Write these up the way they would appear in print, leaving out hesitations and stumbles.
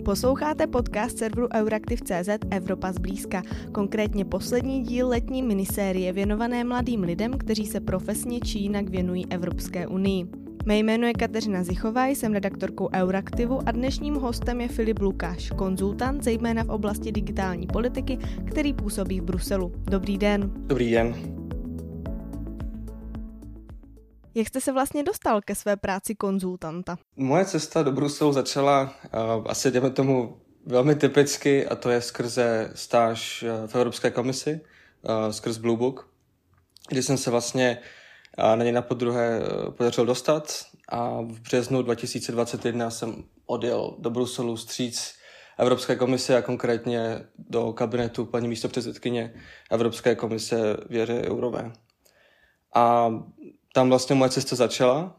Posloucháte podcast serveru Euraktiv.cz Evropa zblízka, konkrétně poslední díl letní minisérie věnované mladým lidem, kteří se profesně či jinak věnují Evropské unii. Mé jméno je Kateřina Zichová, jsem redaktorkou Euraktivu a dnešním hostem je Filip Lukáš, konzultant zejména v oblasti digitální politiky, který působí v Bruselu. Dobrý den. Dobrý den. Jak jste se vlastně dostal ke své práci konzultanta? Moje cesta do Bruselu začala asi jdeme tomu velmi typicky, a to je skrze stáž v Evropské komisi, skrz Blue Book, kdy jsem se vlastně na něj napodruhé podařil dostat a v březnu 2021 jsem odjel do Bruselu vstříc Evropské komise a konkrétně do kabinetu paní místopředsedkyně Evropské komise Věře Jourové. A tam vlastně moje cesta začala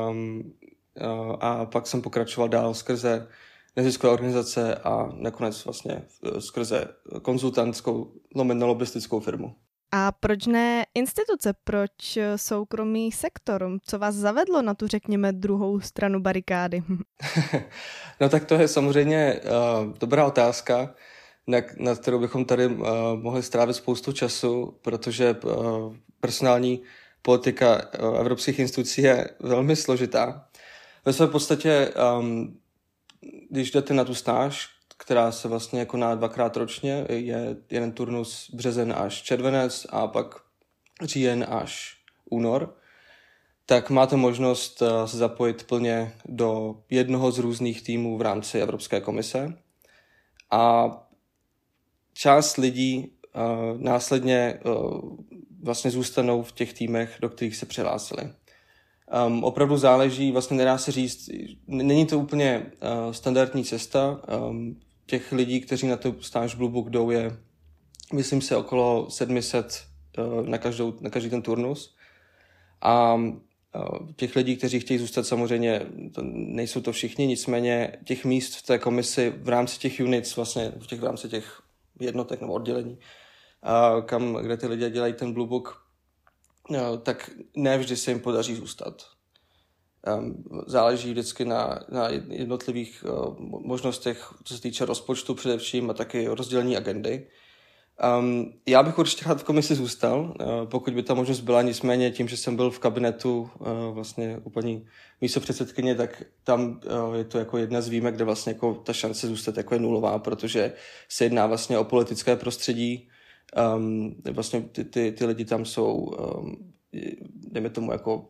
a pak jsem pokračoval dál skrze neziskové organizace a nakonec vlastně skrze konzultantskou lobbystickou firmu. A proč ne instituce, proč soukromý sektor? Co vás zavedlo na tu, řekněme, druhou stranu barikády? No tak to je samozřejmě dobrá otázka, nad kterou bychom tady mohli strávit spoustu času, protože personální politika evropských institucí je velmi složitá. Ve své podstatě, když jdete na tu stáž, která se vlastně koná 2x ročně, je jeden turnus březen až červenec a pak říjen až únor, tak máte možnost se zapojit plně do jednoho z různých týmů v rámci Evropské komise. A část lidí následně vlastně zůstanou v těch týmech, do kterých se přihlásili. Opravdu záleží, vlastně nedá se říct, není to úplně standardní cesta. Těch lidí, kteří na tu stáž Blue Book jdou, je, myslím se, okolo 700 na každý ten turnus. A těch lidí, kteří chtějí zůstat, samozřejmě nejsou to všichni, nicméně těch míst v té komisi v rámci těch units, vlastně v rámci těch jednotek nebo oddělení, kde ty lidé dělají ten Blue Book, tak ne vždy se jim podaří zůstat. Záleží vždycky na jednotlivých možnostech, co se týče rozpočtu především a taky rozdělení agendy. Já bych určitě rád v komisi zůstal, pokud by ta možnost byla, nicméně tím, že jsem byl v kabinetu vlastně u paní místopředsedkyně, tak tam je to jako jedna z výjimek, kde vlastně jako ta šance zůstat jako je nulová, protože se jedná vlastně o politické prostředí. Vlastně ty lidi tam jsou, dejme tomu jako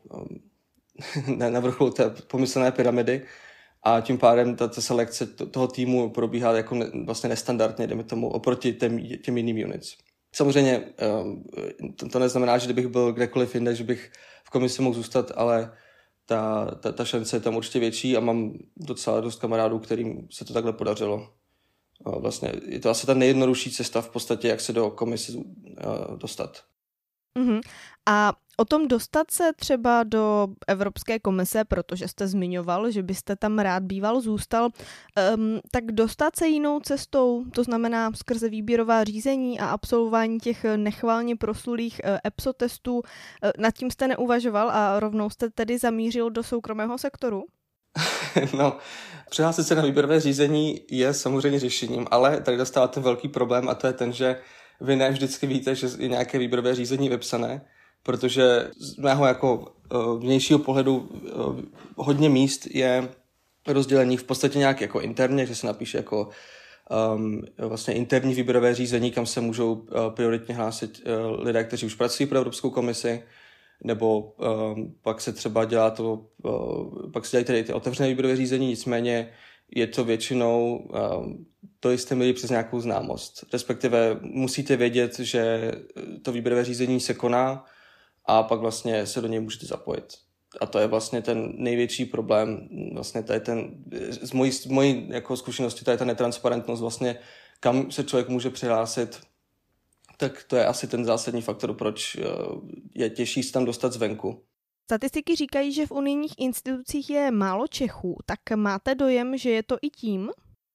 na vrcholu té pomyslné pyramidy a tím pádem ta selekce toho týmu probíhá jako vlastně nestandardně, dejme tomu, oproti těm jiným units. Samozřejmě to neznamená, že kdybych byl kdekoliv jinde, že bych v komisi mohl zůstat, ale ta šance je tam určitě větší a mám docela dost kamarádů, kterým se to takhle podařilo. Vlastně je to asi ta nejjednodušší cesta v podstatě, jak se do komise dostat. Uh-huh. A o tom dostat se třeba do Evropské komise, protože jste zmiňoval, že byste tam rád býval zůstal, tak dostat se jinou cestou, to znamená skrze výběrová řízení a absolvování těch nechvalně proslulých EPSO testů, nad tím jste neuvažoval a rovnou jste tedy zamířil do soukromého sektoru? No, přihlásit se na výběrové řízení je samozřejmě řešením, ale tady dostává ten velký problém a to je ten, že vy ne vždycky víte, že je nějaké výběrové řízení vypsané, protože z mého jako vnějšího pohledu hodně míst je rozdělených v podstatě nějak jako interně, že se napíše jako vlastně interní výběrové řízení, kam se můžou prioritně hlásit lidé, kteří už pracují pro Evropskou komisi, nebo pak se třeba pak se dělají tedy ty otevřené výběrové řízení, nicméně je to většinou, to jste měli přes nějakou známost. Respektive musíte vědět, že to výběrové řízení se koná a pak vlastně se do něj můžete zapojit. A to je vlastně ten největší problém, vlastně tady z mojí jako zkušenosti, tady ta netransparentnost vlastně, kam se člověk může přihlásit, tak to je asi ten zásadní faktor, proč je těžší se tam dostat zvenku. Statistiky říkají, že v unijních institucích je málo Čechů, tak máte dojem, že je to i tím?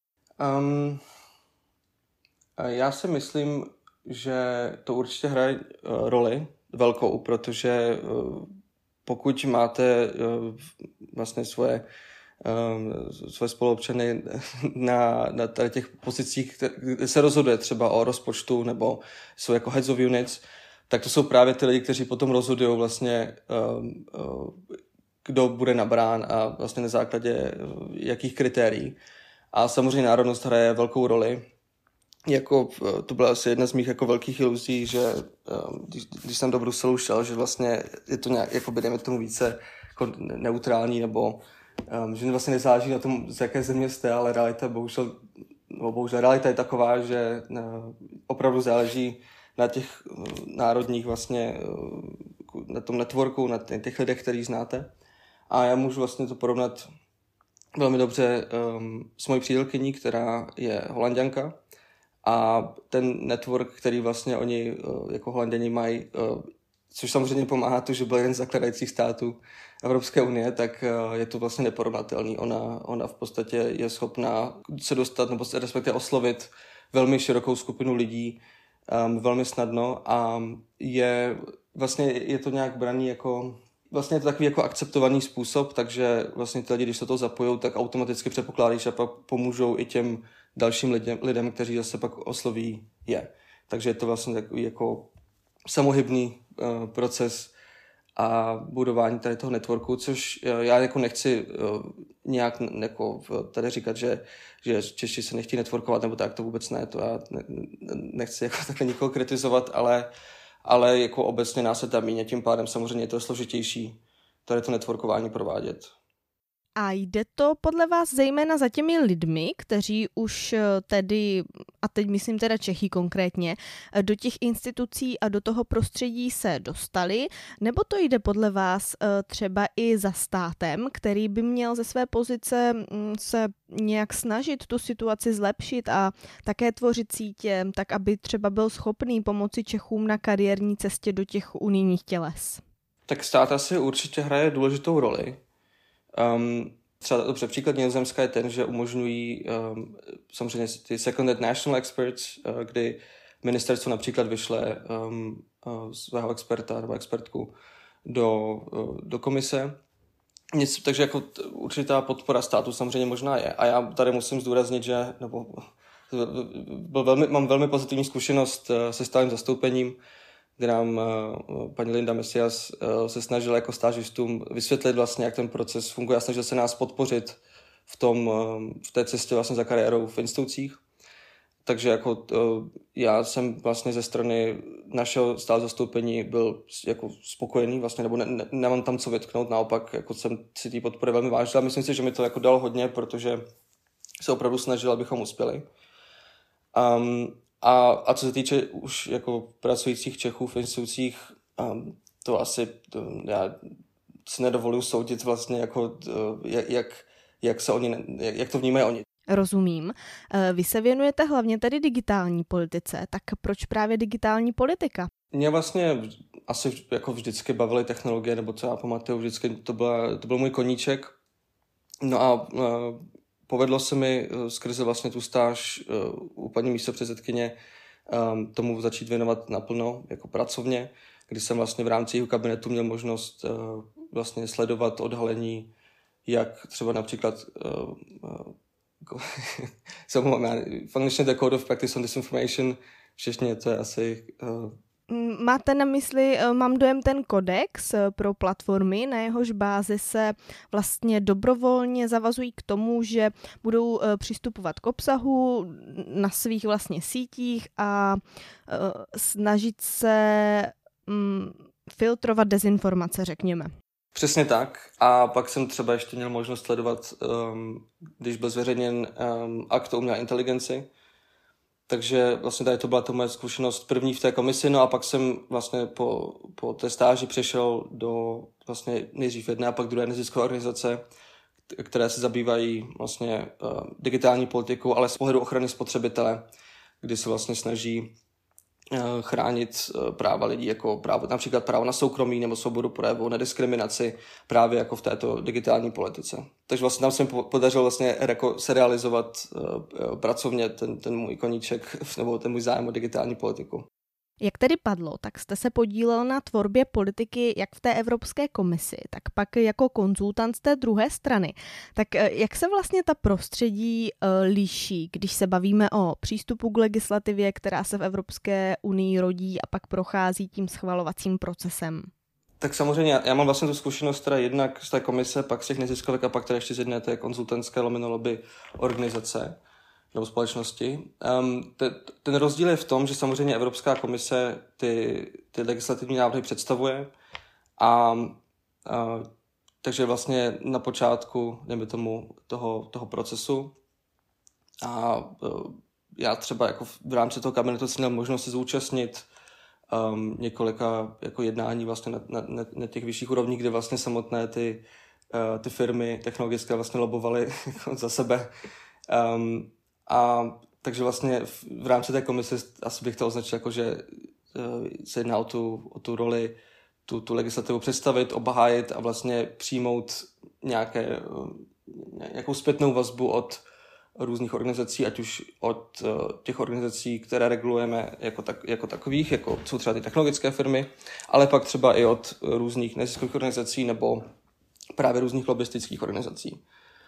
Já si myslím, že to určitě hraje roli velkou, protože pokud máte vlastně svoje své spoluobčany na tady těch pozicích, kde se rozhoduje třeba o rozpočtu nebo jsou jako heads of units, tak to jsou právě ty lidi, kteří potom rozhodují vlastně, kdo bude nabrán a vlastně na základě jakých kritérií. A samozřejmě národnost hraje velkou roli. Jako, to byla asi jedna z mých jako velkých iluzí, že když jsem do Bruselu šel, že vlastně je to nějak, jako dejme tomu více jako neutrální, nebo že vlastně nezáleží na tom, z jaké země jste, ale realita bohužel realita je taková, že opravdu záleží na těch národních vlastně, na tom networku, na těch lidech, který znáte. A já můžu vlastně to porovnat velmi dobře s mojí přítelkyní, která je Holanďanka. A ten network, který vlastně oni jako Holanděni mají, což samozřejmě pomáhá to, že byl jeden z zakladajících států Evropské unie, tak je to vlastně neporovnatelný. Ona v podstatě je schopná se dostat nebo respektive oslovit velmi širokou skupinu lidí velmi snadno a je to nějak braný jako vlastně je to takový jako akceptovaný způsob, takže vlastně ty lidi, když se to zapojou, tak automaticky předpokládají, že pak pomůžou i těm dalším lidem, kteří zase pak osloví je. Takže je to vlastně takový jako samohybný proces a budování tady toho networku, což já jako nechci nějak jako tady říkat, že Češi se nechtějí networkovat, nebo tak, to vůbec ne, to já nechci jako takhle nikoho kritizovat, ale jako obecně nás se tam míně, tím pádem samozřejmě je to složitější tady to networkování provádět. A jde to podle vás zejména za těmi lidmi, kteří už tedy, a teď myslím teda Čechy konkrétně, do těch institucí a do toho prostředí se dostali, nebo to jde podle vás třeba i za státem, který by měl ze své pozice se nějak snažit tu situaci zlepšit a také tvořit sítě, tak aby třeba byl schopný pomoci Čechům na kariérní cestě do těch unijních těles? Tak stát asi určitě hraje důležitou roli. Třeba dobře, příklad Nizozemska je ten, že umožňují samozřejmě ty seconded national experts, kdy ministerstvo například vyšle svého experta nebo expertku do komise. Takže jako určitá podpora státu samozřejmě možná je. A já tady musím zdůraznit, že mám velmi pozitivní zkušenost se stálým zastoupením, kde nám paní Linda Messias se snažila jako stážistům vysvětlit vlastně, jak ten proces funguje a snažila se nás podpořit v té cestě vlastně za kariérou v institucích. Takže jako já jsem vlastně ze strany našeho stálého zastoupení byl jako spokojený vlastně, nebo nemám tam co vytknout, naopak jako jsem si té podpory velmi vážil a myslím si, že mi to jako dalo hodně, protože se opravdu snažil, abychom uspěli. A co se týče už jako pracujících Čechů v institucích, to asi já si nedovoluji soudit vlastně, jako, jak to vnímají oni. Rozumím. Vy se věnujete hlavně tedy digitální politice, tak proč právě digitální politika? Mě vlastně asi jako vždycky bavily technologie, nebo co já pamatuju, vždycky to byl můj koníček. No a povedlo se mi skrze vlastně tu stáž u paní místopředsedkyně tomu začít věnovat naplno jako pracovně, kdy jsem vlastně v rámci jeho kabinetu měl možnost vlastně sledovat odhalení, jak třeba například v angličtině to je Code of Practice on Disinformation, v češtině to je asi... Máte na mysli, mám dojem, ten kodex pro platformy, na jehož bázi se vlastně dobrovolně zavazují k tomu, že budou přistupovat k obsahu na svých vlastně sítích a snažit se filtrovat dezinformace, řekněme. Přesně tak. A pak jsem třeba ještě měl možnost sledovat, když byl zveřejněn akt o umělé inteligenci. Takže vlastně tady to byla ta moje zkušenost první v té komisi, no a pak jsem vlastně po té stáži přešel do vlastně nejdřív jedné a pak druhé neziskové organizace, které se zabývají vlastně digitální politikou, ale z pohledu ochrany spotřebitele, kdy se vlastně snaží chránit práva lidí, jako například právo na soukromí nebo svobodu projevu, nediskriminaci právě jako v této digitální politice. Takže vlastně tam se mi podařilo vlastně se realizovat pracovně ten můj koníček nebo ten můj zájem o digitální politiku. Jak tedy padlo, tak jste se podílel na tvorbě politiky jak v té Evropské komisi, tak pak jako konzultant z té druhé strany. Tak jak se vlastně ta prostředí liší, když se bavíme o přístupu k legislativě, která se v Evropské unii rodí a pak prochází tím schvalovacím procesem? Tak samozřejmě, já mám vlastně tu zkušenost teda jednak z té komise, pak z těch neziskovek a pak teda ještě z jedné té konzultantské lobby organizace nebo společnosti. Ten rozdíl je v tom, že samozřejmě Evropská komise ty legislativní návrhy představuje a takže vlastně na počátku, dejme tomu, toho procesu a já třeba jako v rámci toho kabinetu jsem měl možnost se zúčastnit několika jako jednání vlastně na těch vyšších úrovních, kde vlastně samotné ty firmy technologické vlastně lobovaly za sebe. A takže vlastně v rámci té komise asi bych to označil jako, že se jedná o tu roli, tu legislativu představit, obhájit a vlastně přijmout nějakou zpětnou vazbu od různých organizací, ať už od těch organizací, které regulujeme jako takových, jako jsou třeba ty technologické firmy, ale pak třeba i od různých neziskových organizací nebo právě různých lobistických organizací.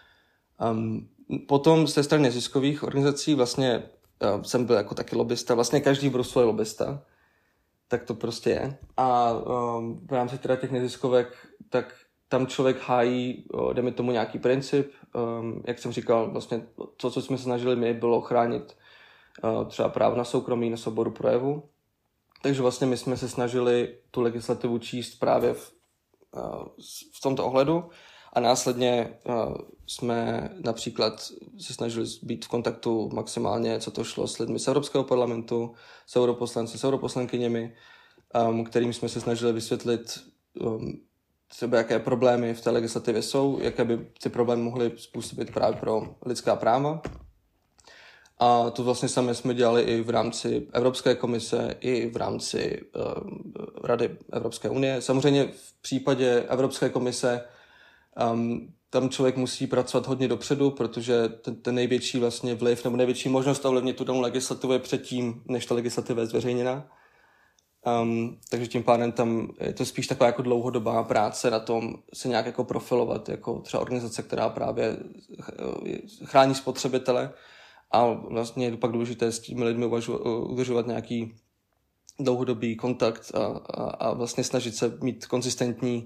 Potom z té strany neziskových organizací vlastně jsem byl jako taky lobista, vlastně každý v Bruselu je lobista, tak to prostě je. A v rámci teda těch neziskovek, tak tam člověk hájí, dejme tomu nějaký princip, jak jsem říkal, vlastně to, co jsme se snažili my, bylo chránit třeba právo na soukromí, na svobodu projevu. Takže vlastně my jsme se snažili tu legislativu číst právě v tomto ohledu a následně jsme například se snažili být v kontaktu maximálně, co to šlo, s lidmi z Evropského parlamentu, s europoslanci, s europoslankyněmi, kterým jsme se snažili vysvětlit třeba jaké problémy v té legislativě jsou, jaké by ty problémy mohly způsobit právě pro lidská práva. A to vlastně sami jsme dělali i v rámci Evropské komise, i v rámci Rady Evropské unie. Samozřejmě v případě Evropské komise tam člověk musí pracovat hodně dopředu, protože ten největší vlastně vliv nebo největší možnost ovlivnit tu danou legislativu je předtím, než ta legislativa je zveřejněna. Takže tím pádem tam je to spíš taková jako dlouhodobá práce na tom se nějak jako profilovat jako třeba organizace, která právě chrání spotřebitele a vlastně je to pak důležité s těmi lidmi udržovat nějaký dlouhodobý kontakt a vlastně snažit se mít konzistentní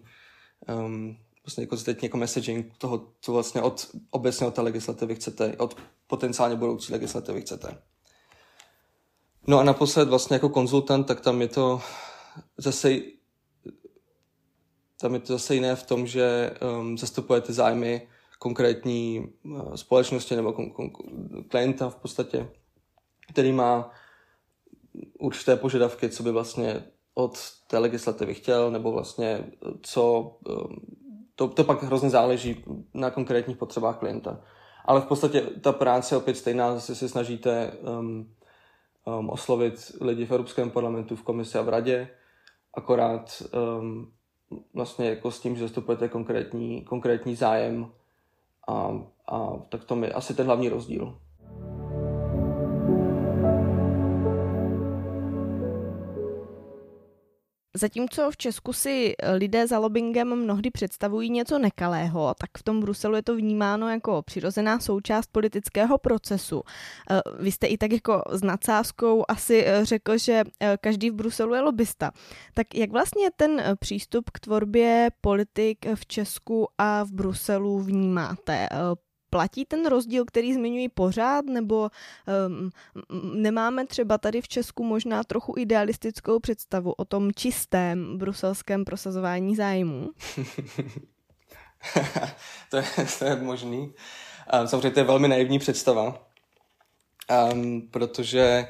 jako messaging toho, co vlastně obecně od té legislativy chcete, od potenciálně budoucí legislativy chcete. No a naposled vlastně jako konzultant, tak tam je to zase jiné v tom, že zastupujete zájmy konkrétní společnosti nebo klienta v podstatě, který má určité požadavky, co by vlastně od té legislativy chtěl, nebo vlastně to pak hrozně záleží na konkrétních potřebách klienta. Ale v podstatě ta práce je opět stejná, zase se snažíte oslovit lidi v Evropském parlamentu, v komisi a v radě, akorát vlastně jako s tím, že zastupujete konkrétní zájem a tak to je asi ten hlavní rozdíl. Zatímco v Česku si lidé za lobbingem mnohdy představují něco nekalého, tak v tom Bruselu je to vnímáno jako přirozená součást politického procesu. Vy jste i tak jako s nadsázkou asi řekl, že každý v Bruselu je lobista. Tak jak vlastně ten přístup k tvorbě politik v Česku a v Bruselu vnímáte? Platí ten rozdíl, který zmiňuji pořád, nebo nemáme třeba tady v Česku možná trochu idealistickou představu o tom čistém bruselském prosazování zájmů? to je možný. Samozřejmě to je velmi naivní představa, protože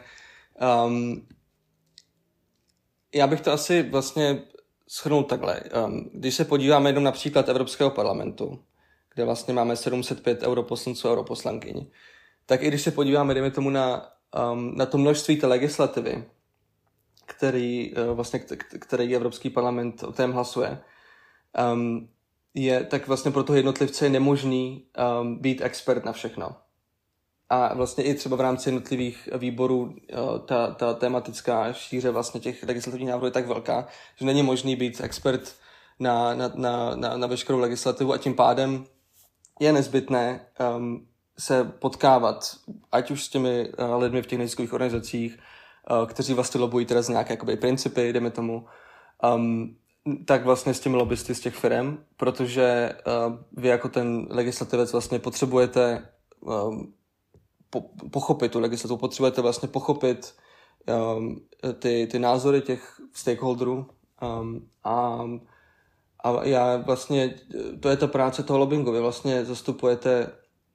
já bych to asi vlastně shrnul takhle. Když se podíváme jenom na příklad Evropského parlamentu, kde vlastně máme 705 europoslanců a europoslankyň, tak i když se podíváme, dejme tomu na to množství té legislativy, který Evropský parlament o kterém hlasuje, tak vlastně pro toho jednotlivce je nemožný být expert na všechno. a vlastně i třeba v rámci jednotlivých výborů ta tematická šíře vlastně těch legislativních návrhů je tak velká, že není možný být expert na veškerou legislativu a tím pádem je nezbytné se potkávat, ať už s těmi lidmi v těch neziskových organizacích, kteří vlastně lobují teda z nějaké jakoby principy, jdeme tomu, tak vlastně s těmi lobbysty z těch firm, protože vy jako ten legislativec vlastně potřebujete pochopit tu legislativu, potřebujete vlastně pochopit ty názory těch stakeholderů a já vlastně, to je ta práce toho lobbingu, vy vlastně zastupujete,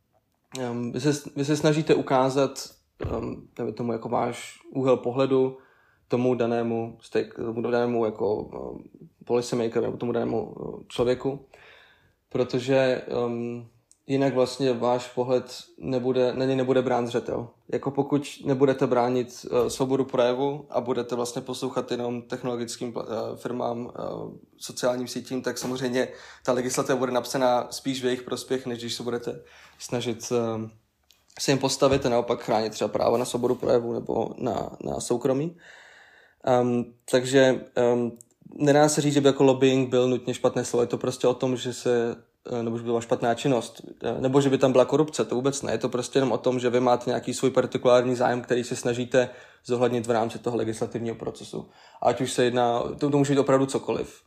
vy se snažíte ukázat tomu jako váš úhel pohledu tomu danému jako policymaker nebo tomu danému člověku, protože jinak vlastně váš pohled na něj nebude brán zřetel. Jako pokud nebudete bránit svobodu projevu a budete vlastně poslouchat jenom technologickým firmám, sociálním sítím, tak samozřejmě ta legislativa bude napsaná spíš v jejich prospěch, než když se budete snažit se jim postavit a naopak chránit třeba práva na svobodu projevu nebo na soukromí. Takže nedá se říct, že by jako lobbying byl nutně špatné slovo. Je to prostě o tom, že nebo že by byla špatná činnost, nebo že by tam byla korupce, to vůbec ne. Je to prostě jenom o tom, že vy máte nějaký svůj partikulární zájem, který se snažíte zohlednit v rámci toho legislativního procesu. Ať už se jedná, to může být opravdu cokoliv.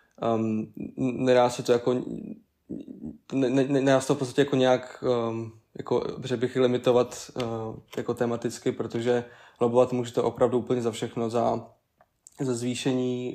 Nedá se to jako nedá se to v podstatě jako nějak jako, že bych limitovat jako tematicky, protože lobovat můžete opravdu úplně za všechno, za zvýšení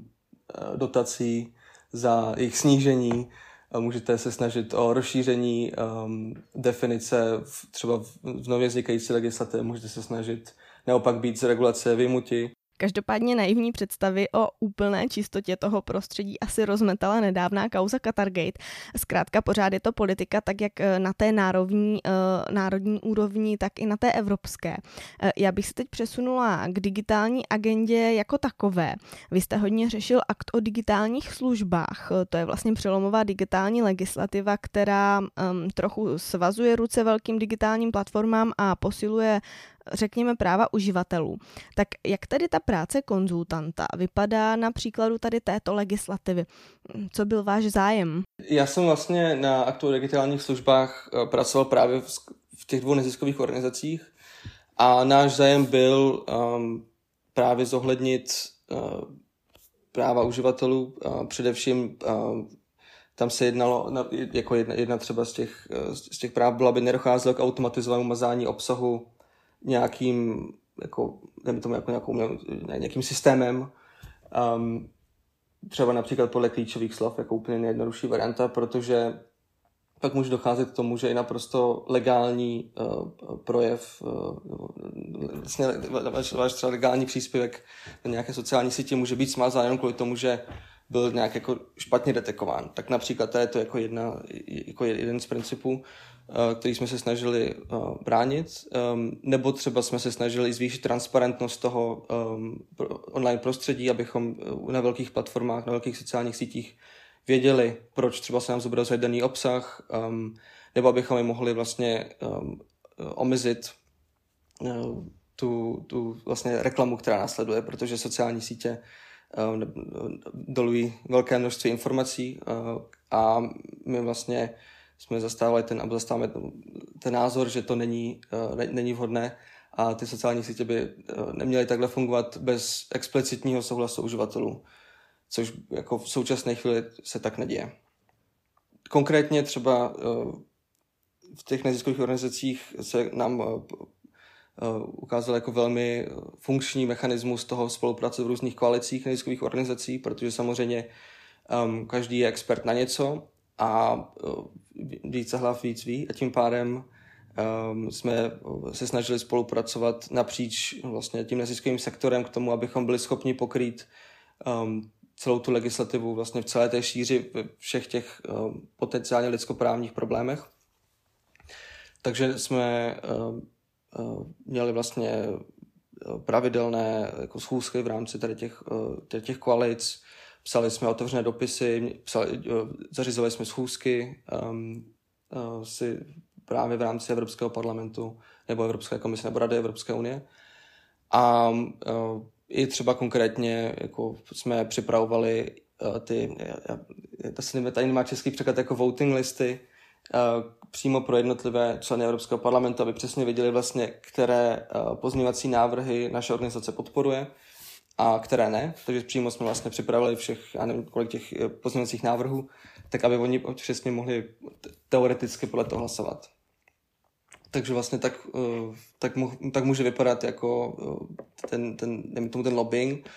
dotací, za jejich snížení, můžete se snažit o rozšíření definice třeba v nově vznikající legislativě, můžete se snažit naopak být z regulace vyjmuti. Každopádně naivní představy o úplné čistotě toho prostředí asi rozmetala nedávná kauza Qatargate. Zkrátka pořád je to politika tak jak na té národní úrovni, tak i na té evropské. Já bych se teď přesunula k digitální agendě jako takové. Vy jste hodně řešil akt o digitálních službách. To je vlastně přelomová digitální legislativa, která trochu svazuje ruce velkým digitálním platformám a posiluje, řekněme, práva uživatelů. Tak jak tedy ta práce konzultanta vypadá na příkladu tady této legislativy? Co byl váš zájem? Já jsem vlastně na aktu o digitálních službách pracoval právě v těch dvou neziskových organizacích a náš zájem byl právě zohlednit práva uživatelů. Především tam se jednalo, jako jedna třeba z těch práv byla, aby nedocházelo k automatizovanému mazání obsahu nějakým systémem, třeba například podle klíčových slov, jako úplně nejjednodušší varianta, protože pak může docházet k tomu, že i naprosto legální projev, vlastně váš třeba legální příspěvek na nějaké sociální sítě může být smazán jenom kvůli tomu, že byl nějak jako špatně detekován. Tak například to je to jako jeden z principů, který jsme se snažili bránit, nebo třeba jsme se snažili zvýšit transparentnost toho online prostředí, abychom na velkých platformách, na velkých sociálních sítích věděli, proč třeba se nám zobrazuje daný obsah, nebo abychom je mohli vlastně omezit tu vlastně reklamu, která následuje, protože sociální sítě dolují velké množství informací a my vlastně jsme zastáváme ten názor, že to není vhodné a ty sociální sítě by neměly takhle fungovat bez explicitního souhlasu uživatelů, což jako v současné chvíli se tak neděje. Konkrétně třeba v těch neziskových organizacích se nám ukázal jako velmi funkční mechanismus toho spolupráce v různých koalicích neziskových organizací, protože samozřejmě každý je expert na něco a více hlav víc ví a tím pádem jsme se snažili spolupracovat napříč vlastně tím neziskovým sektorem k tomu, abychom byli schopni pokrýt celou tu legislativu vlastně v celé té šíři ve všech těch potenciálně lidskoprávních problémech. Takže jsme měli vlastně pravidelné jako schůzky v rámci tady těch koalic, psali jsme otevřené dopisy, zařizovali jsme schůzky, právě v rámci Evropského parlamentu nebo Evropské komise nebo Rady Evropské unie. A i třeba konkrétně jako jsme připravovali tady nemá český překlad jako voting listy, přímo pro jednotlivé členy Evropského parlamentu, aby přesně věděli vlastně, které pozměňovací návrhy naše organizace podporuje a které ne. Takže přímo jsme vlastně připravili všech, já nevím, kolik těch pozměňovacích návrhů, tak aby oni přesně mohli teoreticky podle toho hlasovat. Takže vlastně tak může vypadat jako ten lobbying.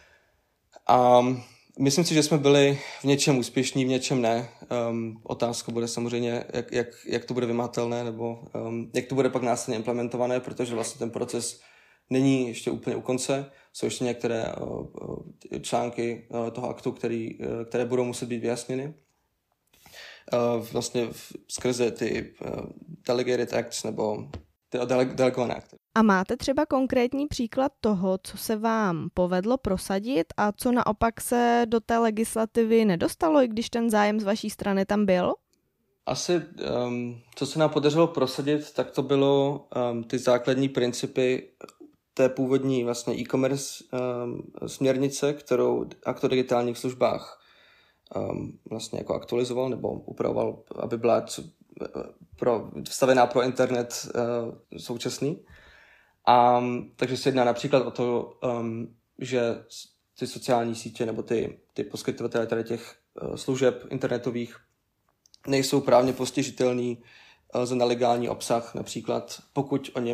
A myslím si, že jsme byli v něčem úspěšní, v něčem ne. Otázka bude samozřejmě, jak to bude vymahatelné, nebo jak to bude pak následně implementované, protože vlastně ten proces není ještě úplně u konce. Jsou ještě některé články toho aktu, které budou muset být vyjasněny. Vlastně skrze ty delegated acts nebo ty delegované akty. A máte třeba konkrétní příklad toho, co se vám povedlo prosadit a co naopak se do té legislativy nedostalo, i když ten zájem z vaší strany tam byl? Asi, co se nám podařilo prosadit, tak to bylo ty základní principy té původní vlastně e-commerce směrnice, kterou Akt o digitálních službách vlastně jako aktualizoval nebo upravoval, aby byla vstavená pro internet současný. A takže se jedná například o to, že ty sociální sítě nebo ty poskytovatelé tady těch služeb internetových nejsou právně postižitelný za nelegální obsah, například pokud o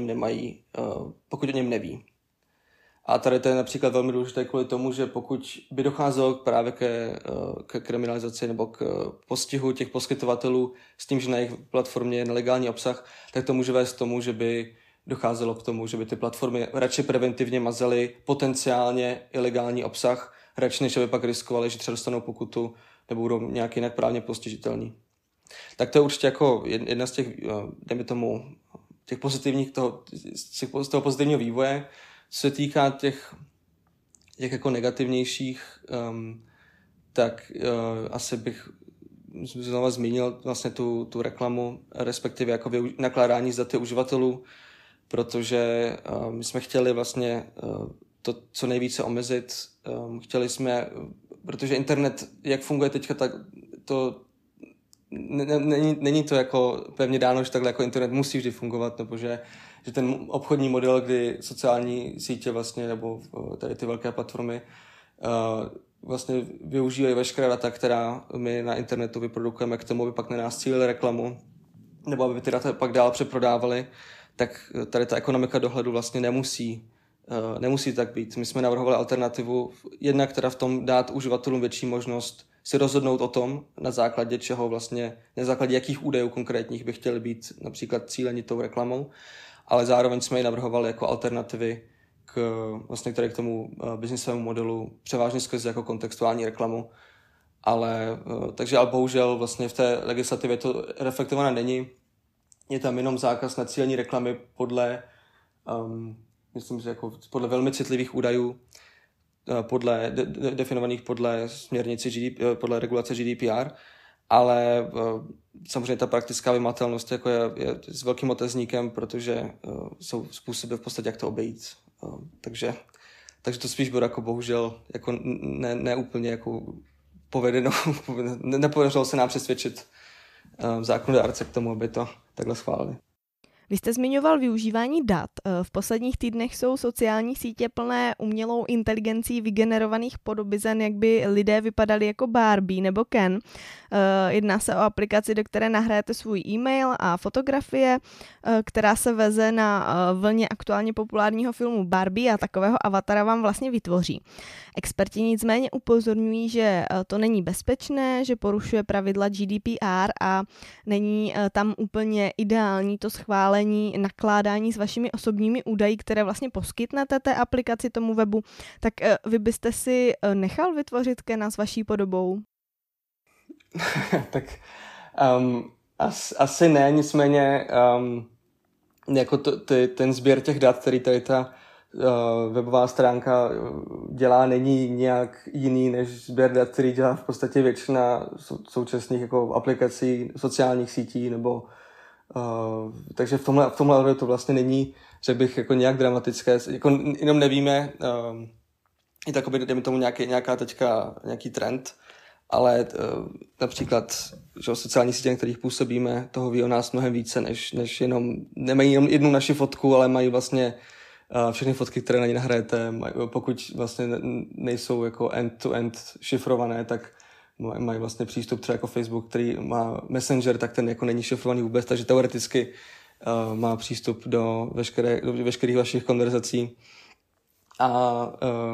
něm neví. A tady to je například velmi důležité kvůli tomu, že pokud by docházelo právě ke kriminalizaci nebo k postihu těch poskytovatelů s tím, že na jejich platformě je nelegální obsah, tak to může vést k tomu, že by docházelo k tomu, že by ty platformy radši preventivně mazaly potenciálně ilegální obsah, radši než aby pak riskovali, že třeba dostanou pokutu nebo budou nějak jinak právně postižitelní. Tak to je určitě jako jedna z těch, dejme tomu, těch pozitivních z toho pozitivního vývoje. Co se týká těch jako negativnějších, tak asi bych znovu zmínil vlastně tu reklamu, respektive jako nakládání s daty uživatelů, protože my jsme chtěli vlastně to co nejvíce omezit. Chtěli jsme, protože internet, jak funguje teďka, tak to není to jako pevně dáno, že takhle jako internet musí vždy fungovat, nebo že ten obchodní model, kdy sociální sítě vlastně, nebo tady ty velké platformy vlastně využívají veškeré data, která my na internetu vyprodukujeme k tomu, aby pak na nás cílili reklamu, nebo aby ty data pak dál přeprodávali, tak tady ta ekonomika dohledu vlastně nemusí tak být. My jsme navrhovali alternativu, jednak teda v tom dát uživatelům větší možnost si rozhodnout o tom, na základě čeho vlastně, na základě jakých údajů konkrétních by chtěli být například cíleni tou reklamou, ale zároveň jsme ji navrhovali jako alternativy k tomu businessovému modelu, převážně skrze jako kontextuální reklamu. Ale bohužel vlastně v té legislativě to reflektované není. Je tam jenom zákaz na cílení reklamy myslím, že jako podle velmi citlivých údajů, definovaných podle směrnici podle regulace GDPR, ale samozřejmě ta praktická vymahatelnost jako je s velkým otazníkem, protože jsou způsoby v podstatě, jak to obejít. Takže to spíš bylo jako bohužel jako ne úplně jako povedeno. Nepodařilo se nám přesvědčit zákonodárce k tomu, aby to takhle schválili. Vy jste zmiňoval využívání dat. V posledních týdnech jsou sociální sítě plné umělou inteligencí vygenerovaných podobizen, jak by lidé vypadali jako Barbie nebo Ken. Jedná se o aplikaci, do které nahrajete svůj e-mail a fotografie, která se veze na vlně aktuálně populárního filmu Barbie a takového avatara vám vlastně vytvoří. Experti nicméně upozorňují, že to není bezpečné, že porušuje pravidla GDPR a není tam úplně ideální to schválení nakládání s vašimi osobními údaji, které vlastně poskytnete té aplikaci tomu webu. Tak vy byste si nechal vytvořit Kena s vaší podobou? Tak asi ne, nicméně jako ten sběr těch dat, který tady ta webová stránka dělá, není nějak jiný než sběr dat, který dělá v podstatě většina současných jako aplikací sociálních sítí nebo Takže v tomhle to vlastně není, že bych jako nějak dramatické, jako jenom nevíme, i takový, dejme tomu nějaká teďka nějaký trend, ale například, že sociální sítě, na kterých působíme, toho ví o nás mnohem více, než nemají jenom jednu naši fotku, ale mají vlastně všechny fotky, které na ně nahrajete, pokud vlastně nejsou jako end-to-end šifrované, tak mají vlastně přístup třeba jako Facebook, který má Messenger, tak ten jako není šifrovaný vůbec, takže teoreticky má přístup do veškerých vašich konverzací. A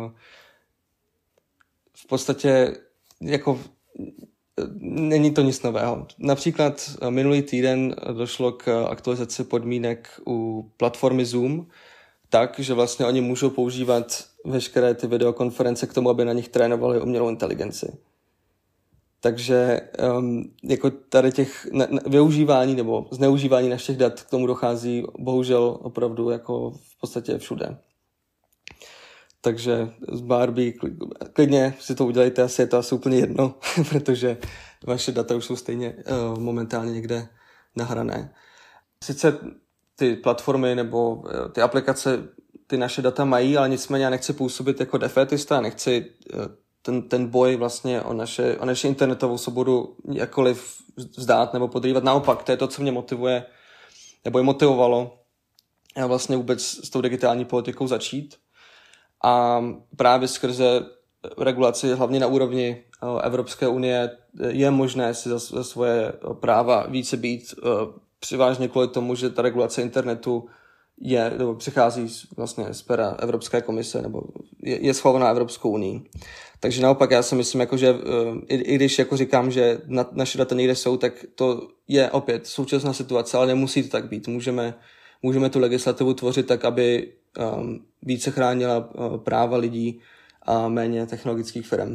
v podstatě jako není to nic nového. Například minulý týden došlo k aktualizaci podmínek u platformy Zoom, tak, že vlastně oni můžou používat veškeré ty videokonference k tomu, aby na nich trénovali umělou inteligenci. Takže jako tady těch využívání nebo zneužívání našich dat k tomu dochází bohužel opravdu jako v podstatě všude. Takže z Barbie klidně si to udělejte, asi je to asi úplně jedno, protože vaše data už jsou stejně momentálně někde nahrané. Sice ty platformy nebo ty aplikace ty naše data mají, ale nicméně já nechci působit jako defetista, nechci ten boj vlastně o naše internetovou svobodu jakkoliv vzdát nebo podrývat. Naopak, to je to, co mě motivuje, nebo je motivovalo vlastně vůbec s tou digitální politikou začít. A právě skrze regulaci, hlavně na úrovni Evropské unie, je možné si za svoje práva více být, přivážně kvůli tomu, že ta regulace internetu přichází vlastně z pera Evropské komise, nebo je schvalovaná Evropskou unii. Takže naopak já si myslím, jako, že i když jako říkám, že naše data někde jsou, tak to je opět současná situace, ale nemusí to tak být. Můžeme tu legislativu tvořit tak, aby více chránila práva lidí a méně technologických firm.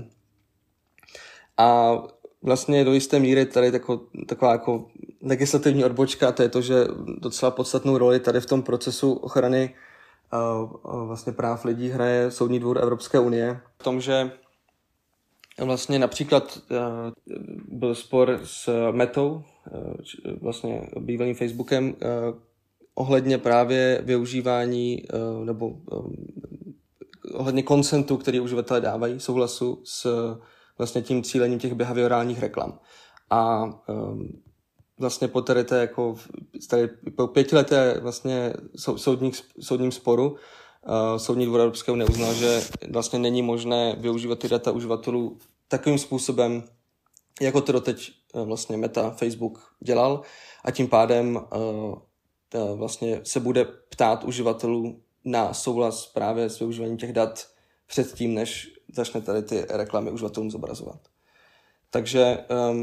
A vlastně do jisté míry tady taková jako legislativní odbočka, to je to, že docela podstatnou roli tady v tom procesu ochrany vlastně práv lidí hraje Soudní dvůr Evropské unie. V tom, že vlastně například byl spor s Metou, vlastně bývalým Facebookem, ohledně právě využívání nebo ohledně konsentu, který uživatelé dávají, souhlasu s vlastně tím cílením těch behaviorálních reklam. A vlastně po tady po 5leté vlastně soudním sporu Soudní dvůr Evropské unie uznal, že vlastně není možné využívat ty data uživatelů takovým způsobem, jako to doteď vlastně Meta, Facebook dělal, a tím pádem vlastně se bude ptát uživatelů na souhlas právě s využíváním těch dat předtím, než začne tady ty reklamy uživatelům zobrazovat. Takže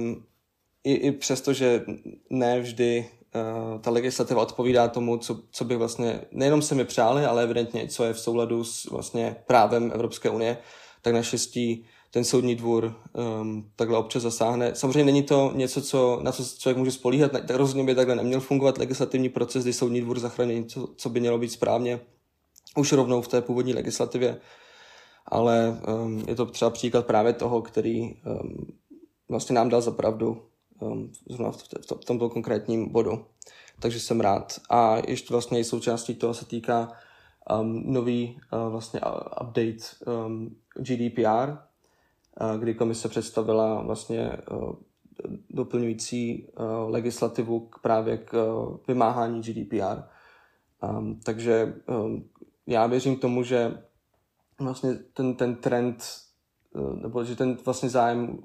i přesto, že ne vždy ta legislativa odpovídá tomu, co by vlastně nejenom se mi přáli, ale evidentně co je v souladu s vlastně právem Evropské unie, tak naštěstí ten soudní dvůr takhle občas zasáhne. Samozřejmě není to něco, na co člověk může spolíhat, tak rozhodně by takhle neměl fungovat legislativní proces, kdy soudní dvůr zachrání něco, co by mělo být správně už rovnou v té původní legislativě. Ale je to třeba příklad právě toho, který vlastně nám dal za pravdu zrovna v tomto konkrétním bodu. Takže jsem rád. A ještě vlastně i součástí toho se týká nový vlastně update GDPR, kdy komise představila vlastně doplňující legislativu právě k vymáhání GDPR. Takže já věřím tomu, že vlastně ten trend, nebo že ten vlastně zájem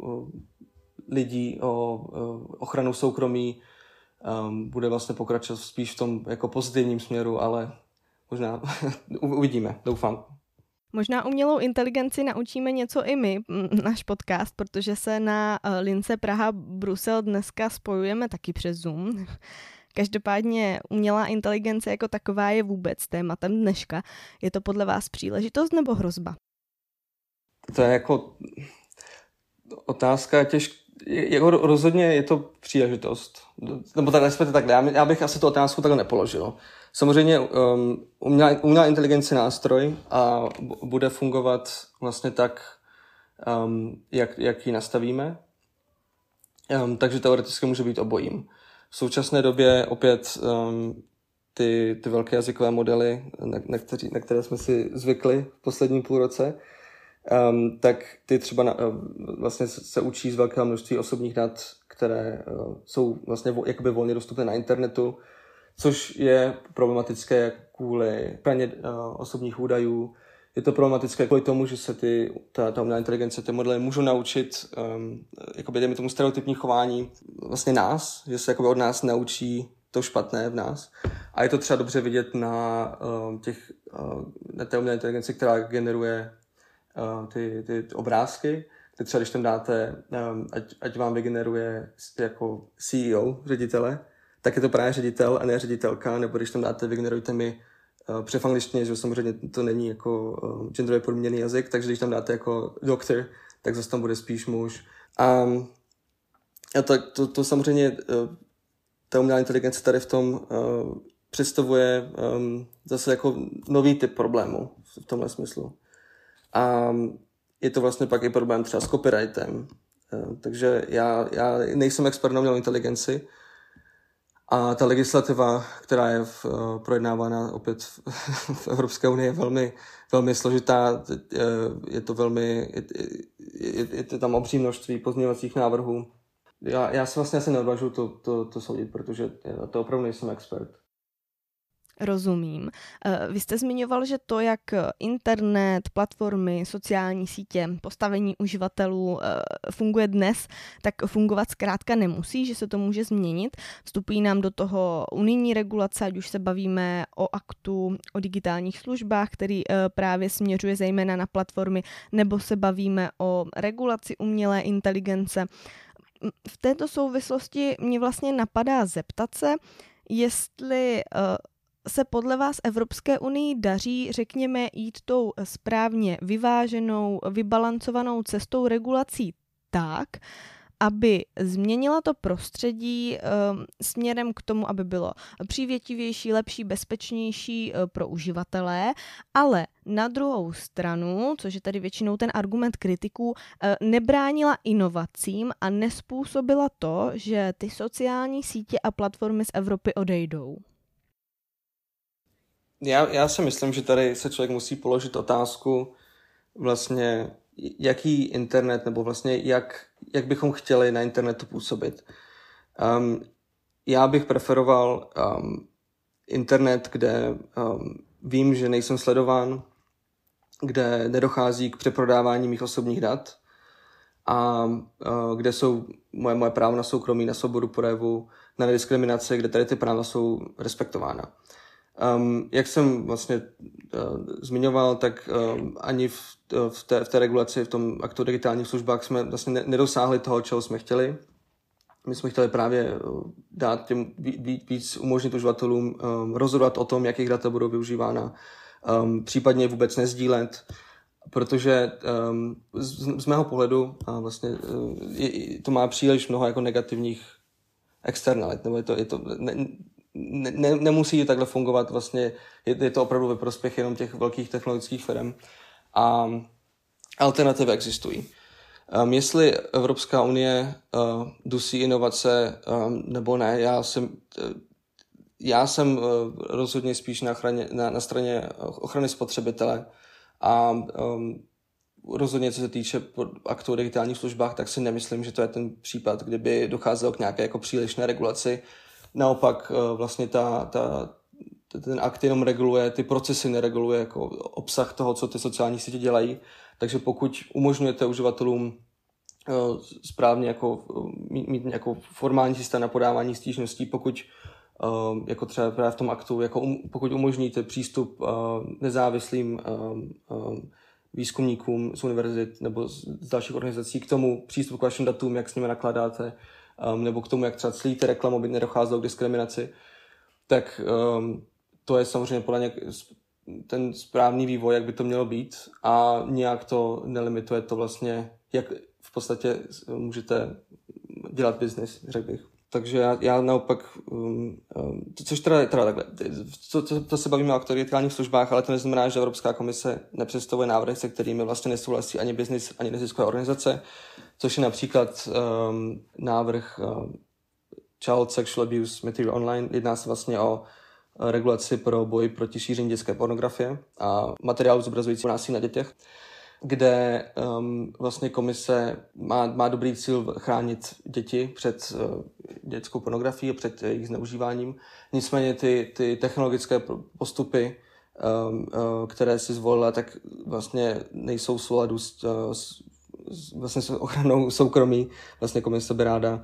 lidí o ochranu soukromí bude vlastně pokračovat spíš v tom jako pozitivním směru, ale možná uvidíme, doufám. Možná umělou inteligenci naučíme něco i my, náš podcast, protože se na lince Praha-Brusel dneska spojujeme taky přes Zoom. Každopádně umělá inteligence jako taková je vůbec tématem dneška. Je to podle vás příležitost nebo hrozba? To je jako otázka jako rozhodně je to příležitost. Nebo takhle, já bych asi tu otázku takhle nepoložil. Samozřejmě umělá inteligence je nástroj a bude fungovat vlastně tak, jak ji nastavíme. Takže teoreticky může být obojím. V současné době opět ty velké jazykové modely, na které jsme si zvykli v posledním půlroce, tak ty třeba vlastně se učí z velkého množství osobních dat, které jsou vlastně jakoby volně dostupné na internetu, což je problematické kvůli praní osobních údajů. Je to problematické kvůli tomu, že se ta umělá inteligence, ty modely můžou naučit jakoby dejme tomu stereotypní chování vlastně nás, že se jakoby od nás naučí to špatné v nás. A je to třeba dobře vidět na té umělé inteligenci, která generuje ty obrázky, kde třeba když tam dáte, ať vám vygeneruje jako CEO, ředitele, tak je to právě ředitel a ne ředitelka, nebo když tam dáte vygenerujte mi protože v angličtině, že samozřejmě to není jako genderově podmíněný jazyk, takže když tam dáte jako doktor, tak zase tam bude spíš muž. A to samozřejmě ta umělá inteligence tady v tom představuje zase jako nový typ problému v tomhle smyslu. A je to vlastně pak i problém třeba s copyrightem. Takže já nejsem expert na umělou inteligenci a ta legislativa, která je projednávána opět v Evropské unii, je velmi, velmi složitá. Je to tam obří množství pozměňovacích návrhů. Já se vlastně asi neodvážu to soudit, protože to opravdu nejsem expert. Rozumím. Vy jste zmiňoval, že to, jak internet, platformy, sociální sítě, postavení uživatelů funguje dnes, tak fungovat zkrátka nemusí, že se to může změnit. Vstupují nám do toho unijní regulace, ať už se bavíme o aktu o digitálních službách, který právě směřuje zejména na platformy, nebo se bavíme o regulaci umělé inteligence. V této souvislosti mě vlastně napadá zeptat se, jestli se podle vás Evropské unii daří, řekněme, jít tou správně vyváženou, vybalancovanou cestou regulací tak, aby změnila to prostředí směrem k tomu, aby bylo přívětivější, lepší, bezpečnější pro uživatele, ale na druhou stranu, což je tady většinou ten argument kritiků, nebránila inovacím a nespůsobila to, že ty sociální sítě a platformy z Evropy odejdou. Já si myslím, že tady se člověk musí položit otázku vlastně, jaký internet, nebo vlastně jak bychom chtěli na internetu působit. Já bych preferoval internet, kde vím, že nejsem sledován, kde nedochází k přeprodávání mých osobních dat a kde jsou moje práva na soukromí, na svobodu projevu, na nediskriminaci, kde tady ty práva jsou respektována. Jak jsem vlastně zmiňoval, tak ani v té regulaci, v tom aktu o digitálních službách jsme vlastně nedosáhli toho, čeho jsme chtěli. My jsme chtěli právě dát těm víc umožnit uživatelům rozhodovat o tom, jakých data budou využívána, případně vůbec nezdílet, protože z mého pohledu vlastně to má příliš mnoho jako negativních externalit, nebo nemusí takhle fungovat, vlastně je to opravdu ve prospěch jenom těch velkých technologických firm a alternativy existují. Jestli Evropská unie dusí inovace nebo ne, já jsem rozhodně spíš na straně ochrany spotřebitele a rozhodně, co se týče aktu o digitálních službách, tak si nemyslím, že to je ten případ, kdyby docházelo k nějaké jako přílišné regulaci. Naopak vlastně ten akt jenom reguluje, ty procesy nereguluje jako obsah toho, co ty sociální sítě dělají. Takže pokud umožňujete uživatelům správně jako mít jako formální systém na podávání stížností, pokud jako třeba právě v tom aktu, jako pokud umožníte přístup nezávislým výzkumníkům z univerzit nebo z dalších organizací k tomu přístup k vašim datům, jak s nimi nakládáte, nebo k tomu, jak třeba clíte reklamu, aby nedocházelo k diskriminaci, tak to je samozřejmě podle mě ten správný vývoj, jak by to mělo být a nijak to nelimituje to vlastně, jak v podstatě můžete dělat biznis, řekl bych. Takže já naopak, což teda takhle, to se bavíme o digitálních službách, ale to neznamená, že Evropská komise nepředstavuje návrhy, se kterými vlastně nesouhlasí ani biznis, ani neziskové organizace, což je například návrh Child Sexual Abuse Material Online. Jedná se vlastně o regulaci pro boj proti šíření dětské pornografie a materiálu zobrazující násilí na dětech, kde vlastně komise má dobrý cíl chránit děti před dětskou pornografií a před jejich zneužíváním. Nicméně ty technologické postupy, které si zvolila, tak vlastně nejsou v souladu s ochranou soukromí. Vlastně komise by ráda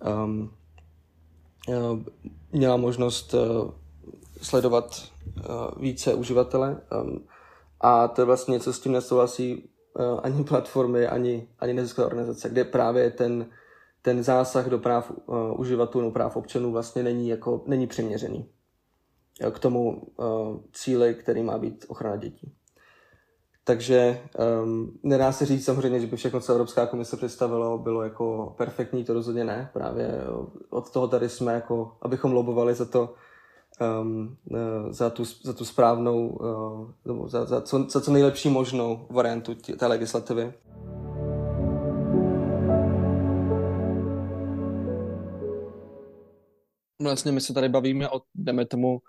měla možnost sledovat více uživatele a to je vlastně něco, s tím nesouhlasí ani platformy, ani neziskové organizace, kde právě ten zásah do práv uživatelů nebo práv občanů vlastně není přiměřený k tomu cíli, který má být ochrana dětí. Takže nedá se říct samozřejmě, že by všechno, co Evropská komise představilo, bylo jako perfektní, to rozhodně ne. Právě od toho tady jsme, jako, abychom lobovali za tu správnou, za co nejlepší možnou variantu té legislativy. Vlastně my se tady bavíme o, jdeme tomu,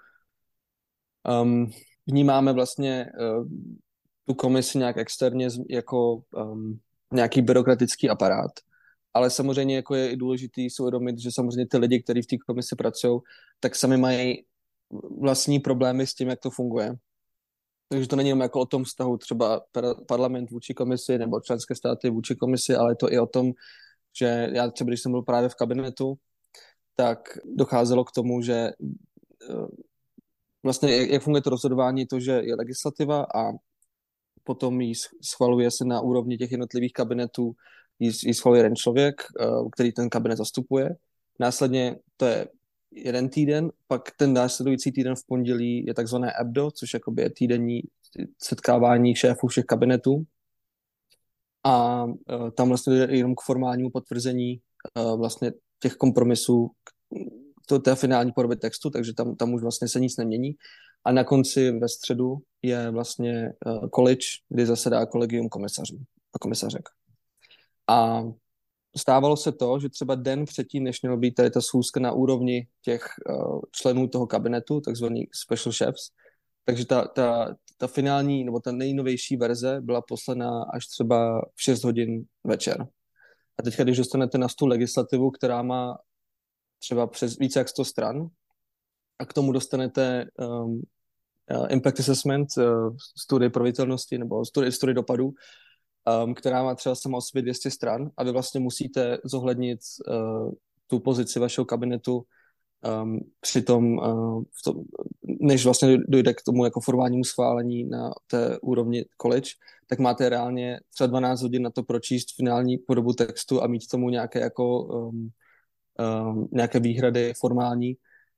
vnímáme vlastně tu komisi nějak externě jako nějaký byrokratický aparát. Ale samozřejmě jako je i důležitý si uvědomit, že samozřejmě ty lidi, kteří v té komisi pracují, tak sami mají vlastní problémy s tím, jak to funguje. Takže to není jenom jako o tom vztahu třeba parlament vůči komisi nebo členské státy vůči komisi, ale je to i o tom, že já třeba, když jsem byl právě v kabinetu, tak docházelo k tomu, že vlastně jak funguje to rozhodování, to, že je legislativa a potom ji schvaluje se na úrovni těch jednotlivých kabinetů, ji schvaluje jeden člověk, který ten kabinet zastupuje. Následně to je jeden týden, pak ten následující týden v pondělí je takzvané EBDO, což jakoby je týdenní setkávání šéfů všech kabinetů. A tam vlastně jde jenom k formálnímu potvrzení vlastně těch kompromisů té finální podoby textu, takže tam už vlastně se nic nemění. A na konci ve středu je vlastně college, kdy zasedá kolegium komisařů a komisařek. A stávalo se to, že třeba den předtím, než mělo být tady ta schůzka na úrovni těch členů toho kabinetu, takzvaný special chefs, takže ta finální nebo ta nejnovější verze byla poslaná až třeba v 6 hodin večer. A teďka, když dostanete na stůl legislativu, která má třeba přes více jak 100 stran, a k tomu dostanete impact assessment, studii proveditelnosti nebo studii dopadů, která má třeba sama o sobě 200 stran a vy vlastně musíte zohlednit tu pozici vašeho kabinetu při tom, než vlastně dojde k tomu jako formálnímu schválení na té úrovni college, tak máte reálně třeba 12 hodin na to pročíst finální podobu textu a mít k tomu nějaké jako nějaké výhrady formální,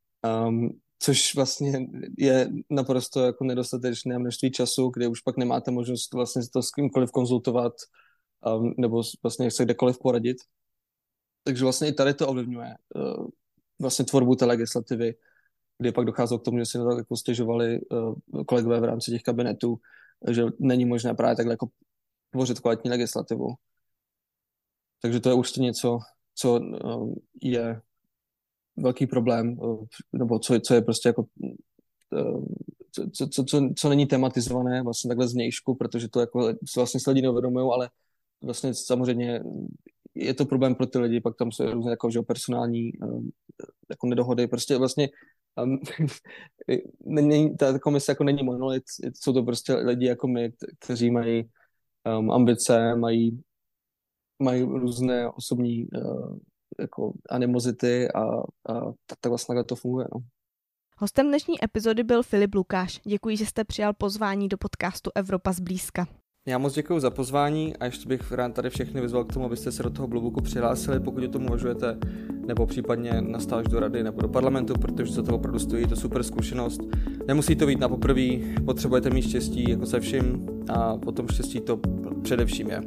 což vlastně je naprosto jako nedostatečné množství času, kdy už pak nemáte možnost vlastně to s kýmkoliv konzultovat nebo vlastně se kdekoliv poradit. Takže vlastně i tady to ovlivňuje vlastně tvorbu té legislativy, kdy pak docházelo k tomu, že si na to jako stěžovali kolegové v rámci těch kabinetů, že není možné právě takhle jako tvořit kvalitní legislativu. Takže to je určitě něco, co je velký problém, nebo co je prostě jako co není tematizované vlastně takhle zvnějšku, protože to jako vlastně se lidi neuvědomují, ale vlastně samozřejmě je to problém pro ty lidi, pak tam jsou různé jako, že personální jako nedohody, prostě vlastně ta komise jako není monolit, jsou to prostě lidi jako my, kteří mají ambice, mají různé osobní jako animozity a tak vlastně to funguje. No. Hostem dnešní epizody byl Filip Lukáš. Děkuji, že jste přijal pozvání do podcastu Evropa zblízka. Já moc děkuji za pozvání a ještě bych rád tady všechny vyzval k tomu, abyste se do toho Bluebooku přihlásili, pokud o tom uvažujete, nebo případně na stáž do rady nebo do parlamentu, protože se toho opravdu stojí, to super zkušenost. Nemusí to být na poprví, potřebujete mít štěstí jako se vším a potom štěstí to především je.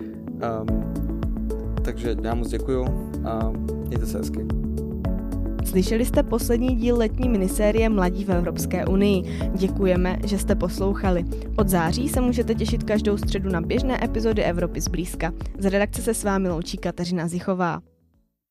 Takže já moc děkuju a mějte se hezky. Slyšeli jste poslední díl letní minisérie Mladí v Evropské unii. Děkujeme, že jste poslouchali. Od září se můžete těšit každou středu na běžné epizody Evropy zblízka. Z redakce se s vámi loučí Kateřina Zichová.